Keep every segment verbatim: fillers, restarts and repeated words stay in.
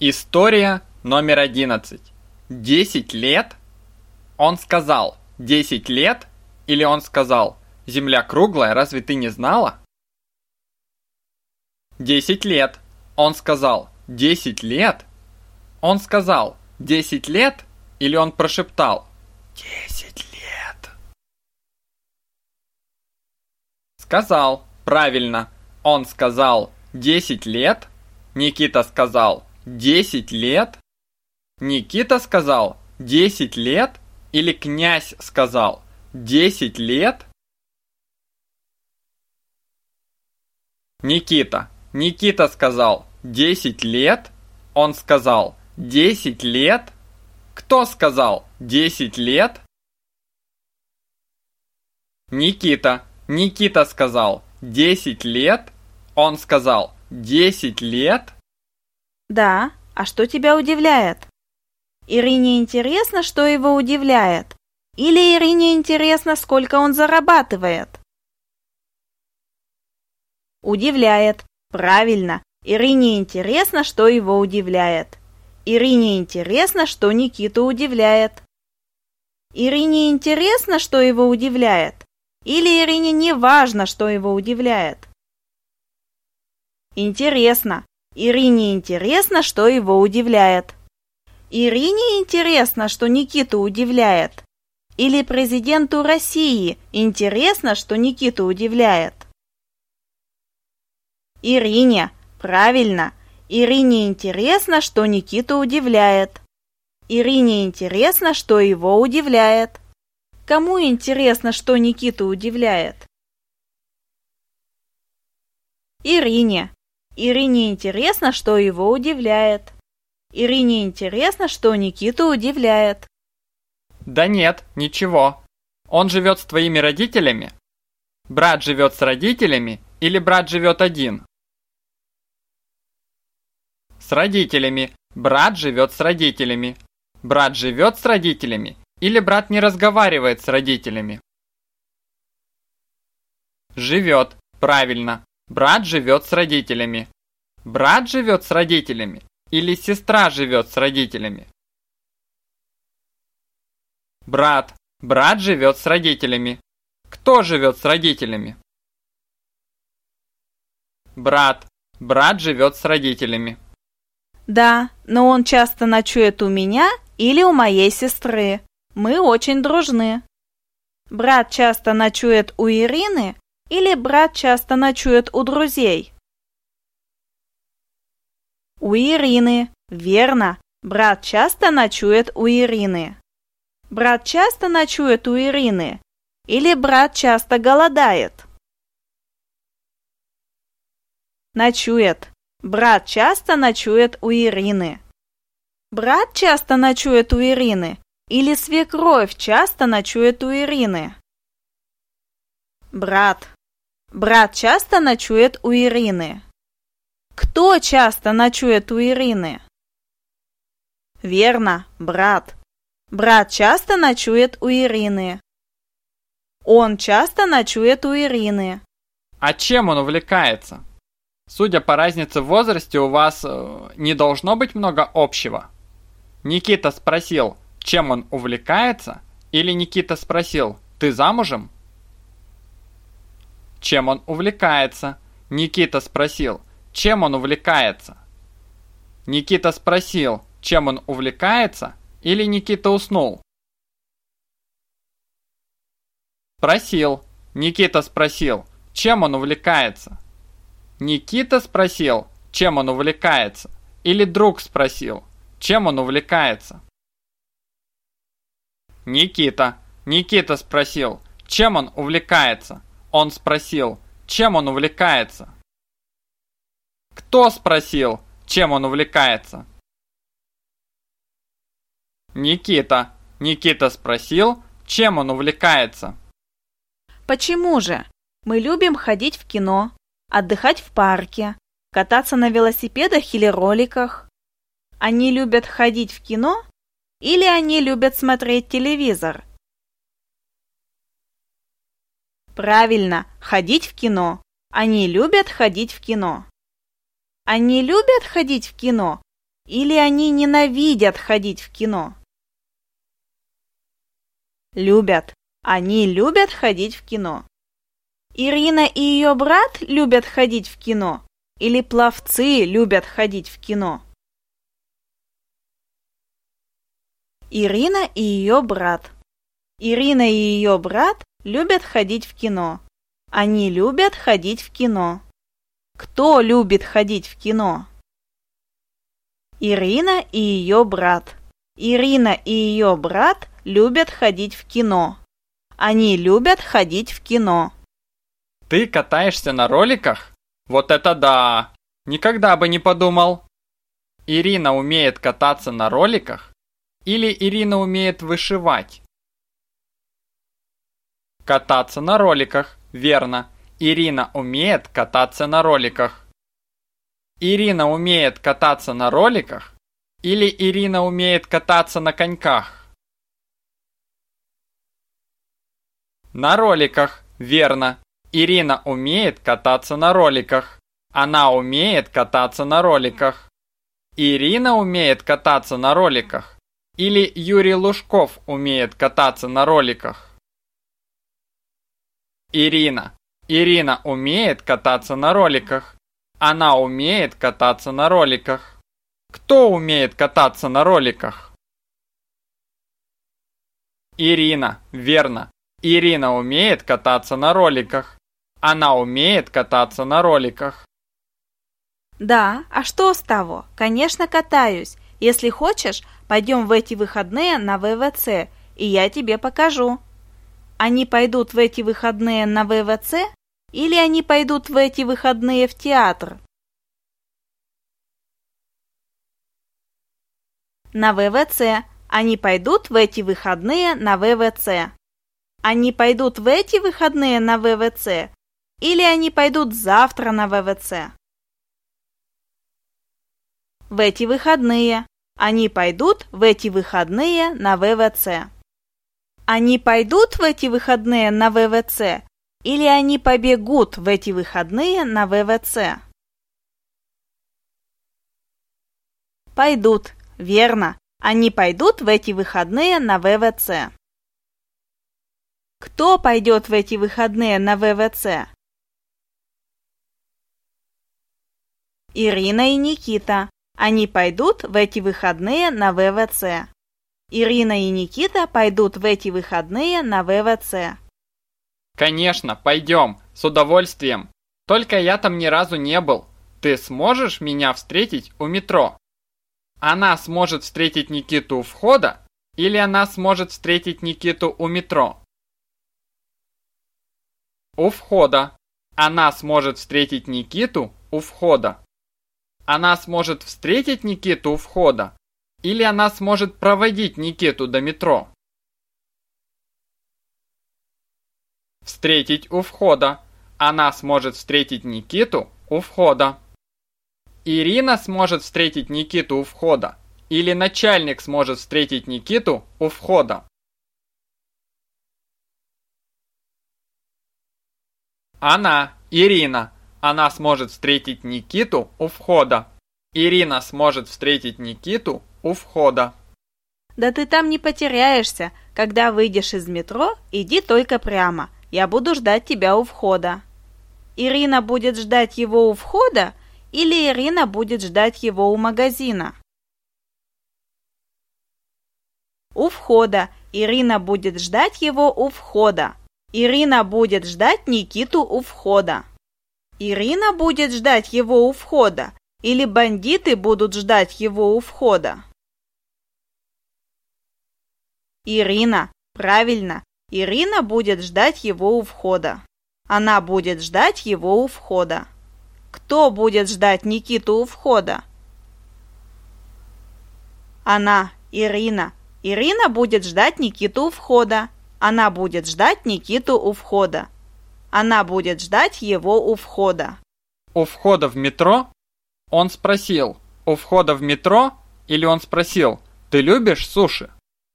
История номер одиннадцать. Десять лет? Он сказал «десять лет» или он сказал «Земля круглая, разве ты не знала?» Десять лет. Он сказал «десять лет»? Он сказал «десять лет» или он прошептал «десять лет»? Сказал. Правильно. Он сказал «десять лет». Никита сказал «десять лет». Никита сказал «десять лет» или князь сказал «десять лет»? Никита. Никита сказал «десять лет». Он сказал «десять лет». Кто сказал «десять лет»? Никита. Никита сказал «десять лет». Он сказал «десять лет». Да, а что тебя удивляет? Ирине интересно, что его удивляет? Или Ирине интересно, сколько он зарабатывает? Удивляет. Правильно. Ирине интересно, что его удивляет. Ирине интересно, что Никиту удивляет. Ирине интересно, что его удивляет? Или Ирине не важно, что его удивляет? Интересно. Ирине интересно, что его удивляет. Ирине интересно, что Никиту удивляет. Или президенту России интересно, что Никиту удивляет? Ирине. Правильно. Ирине интересно, что Никиту удивляет. Ирине интересно, что его удивляет. Кому интересно, что Никиту удивляет? Ирине. Ирине интересно, что его удивляет. Ирине интересно, что Никиту удивляет. Да нет, ничего. Он живет с твоими родителями? Брат живет с родителями или брат живет один? С родителями. Брат живет с родителями. Брат живет с родителями или брат не разговаривает с родителями? Живет. Правильно. Брат живет с родителями. Брат живет с родителями или сестра живет с родителями? Брат. Брат живет с родителями. Кто живет с родителями? Брат. Брат живет с родителями. Да, но он часто ночует у меня или у моей сестры. Мы очень дружны. Брат часто ночует у Ирины или брат часто ночует у друзей? У Ирины. Верно. Брат часто ночует у Ирины. Брат часто ночует у Ирины или брат часто голодает? Ночует. Брат часто ночует у Ирины. Брат часто ночует у Ирины или свекровь часто ночует у Ирины? Брат. Брат часто ночует у Ирины. Кто часто ночует у Ирины? Верно, брат. Брат часто ночует у Ирины. Он часто ночует у Ирины. А чем он увлекается? Судя по разнице в возрасте, у вас э, не должно быть много общего. Никита спросил, чем он увлекается, или Никита спросил, ты замужем? Чем он увлекается? Никита спросил, чем он увлекается? Никита спросил, чем он увлекается, или Никита уснул? Спросил. Никита спросил, чем он увлекается? Никита спросил, чем он увлекается, или друг спросил, чем он увлекается? Никита. Никита спросил, чем он увлекается. Он спросил, чем он увлекается. Кто спросил, чем он увлекается? Никита. Никита спросил, чем он увлекается. Почему же? Мы любим ходить в кино, отдыхать в парке, кататься на велосипедах или роликах. Они любят ходить в кино или они любят смотреть телевизор? Правильно, ходить в кино. Они любят ходить в кино. Они любят ходить в кино или они ненавидят ходить в кино? Любят. Они любят ходить в кино. Ирина и ее брат любят ходить в кино? Или пловцы любят ходить в кино? Ирина и ее брат. Ирина и ее брат любят ходить в кино. Они любят ходить в кино. Кто любит ходить в кино? Ирина и ее брат. Ирина и ее брат любят ходить в кино. Они любят ходить в кино. Ты катаешься на роликах? Вот это да! Никогда бы не подумал. Ирина умеет кататься на роликах? Или Ирина умеет вышивать? Кататься на роликах, верно. Ирина умеет кататься на роликах. Ирина умеет кататься на роликах? Или Ирина умеет кататься на коньках? На роликах, верно. Ирина умеет кататься на роликах. Она умеет кататься на роликах. Ирина умеет кататься на роликах? Или Юрий Лужков умеет кататься на роликах? Ирина. Ирина умеет кататься на роликах. Она умеет кататься на роликах. Кто умеет кататься на роликах? Ирина, верно. Ирина умеет кататься на роликах. Она умеет кататься на роликах. Да, а что с того? Конечно, катаюсь. Если хочешь, пойдем в эти выходные на вэ вэ цэ, и я тебе покажу. Они пойдут в эти выходные на вэ вэ цэ, или они пойдут в эти выходные в театр? На вэ вэ цэ. Они пойдут в эти выходные на вэ вэ цэ. Они пойдут в эти выходные на вэ вэ цэ, или они пойдут завтра на вэ вэ цэ? В эти выходные. Они пойдут в эти выходные на вэ вэ цэ. Они пойдут в эти выходные на вэ вэ цэ, или они побегут в эти выходные на вэ вэ цэ? Пойдут, верно. Они пойдут в эти выходные на вэ вэ цэ. Кто пойдет в эти выходные на вэ вэ цэ? Ирина и Никита. Они пойдут в эти выходные на вэ вэ цэ. Ирина и Никита пойдут в эти выходные на вэ вэ цэ. Конечно, пойдем, с удовольствием. Только я там ни разу не был. Ты сможешь меня встретить у метро? Она сможет встретить Никиту у входа? Или она сможет встретить Никиту у метро? У входа. Она сможет встретить Никиту у входа. Она сможет встретить Никиту у входа? Или она сможет проводить Никиту до метро? Встретить у входа. Она сможет встретить Никиту у входа. Ирина сможет встретить Никиту у входа? Или начальник сможет встретить Никиту у входа? Она, Ирина. Она сможет встретить Никиту у входа. Ирина сможет встретить Никиту у входа. Да ты там не потеряешься. Когда выйдешь из метро, иди только прямо. Я буду ждать тебя у входа. Ирина будет ждать его у входа, или Ирина будет ждать его у магазина? У входа. Ирина будет ждать его у входа. Ирина будет ждать Никиту у входа. Ирина будет ждать его у входа, или бандиты будут ждать его у входа? Ирина. Правильно. Ирина будет ждать его у входа. Она будет ждать его у входа. Кто будет ждать Никиту у входа? Она, Ирина. Ирина будет ждать Никиту у входа. Она будет ждать Никиту у входа. Она будет ждать его у входа. У входа в метро? Он спросил, у входа в метро? Или он спросил, ты любишь суши?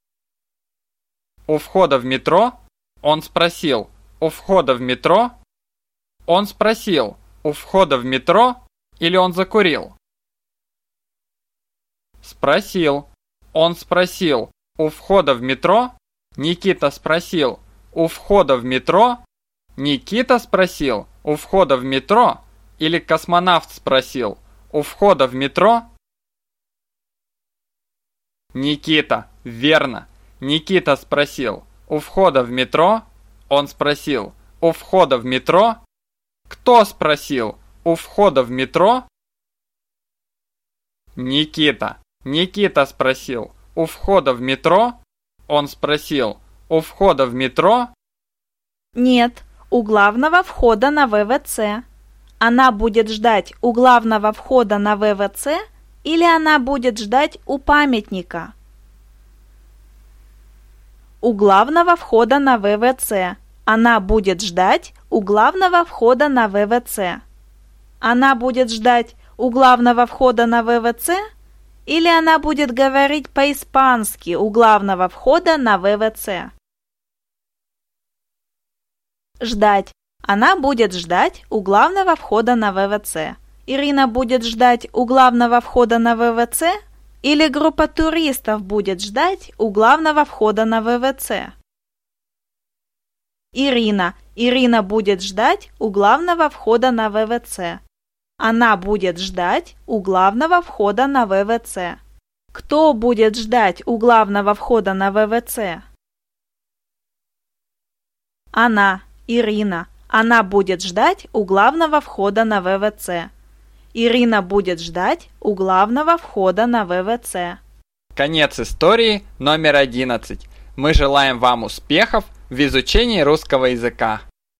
У входа в метро? Он спросил, у входа в метро? Он спросил, у входа в метро? Или он закурил? Спросил. Он спросил. У входа в метро? Никита спросил. У входа в метро? Никита спросил. У входа в метро? Или космонавт спросил. У входа в метро? Никита. Верно. Никита спросил. У входа в метро? Он спросил. У входа в метро? Кто спросил? У входа в метро? Никита. Никита спросил. У входа в метро? Он спросил. У входа в метро? Нет, у главного входа на вэ вэ цэ. Она будет ждать у главного входа на вэ вэ цэ или она будет ждать у памятника? У главного входа на вэ вэ цэ. Она будет ждать у главного входа на вэ вэ цэ. Она будет ждать у главного входа на вэ вэ цэ или она будет говорить по-испански у главного входа на вэ вэ цэ? Ждать. Она будет ждать у главного входа на вэ вэ цэ. Ирина будет ждать у главного входа на вэ вэ цэ или группа туристов будет ждать у главного входа на вэ вэ цэ? Ирина. Ирина будет ждать у главного входа на вэ вэ цэ. Она будет ждать у главного входа на вэ вэ цэ. Кто будет ждать у главного входа на вэ вэ цэ? Она. Ирина. Она будет ждать у главного входа на вэ вэ цэ. Ирина будет ждать у главного входа на вэ вэ цэ. Конец истории номер одиннадцать. Мы желаем вам успехов в изучении русского языка.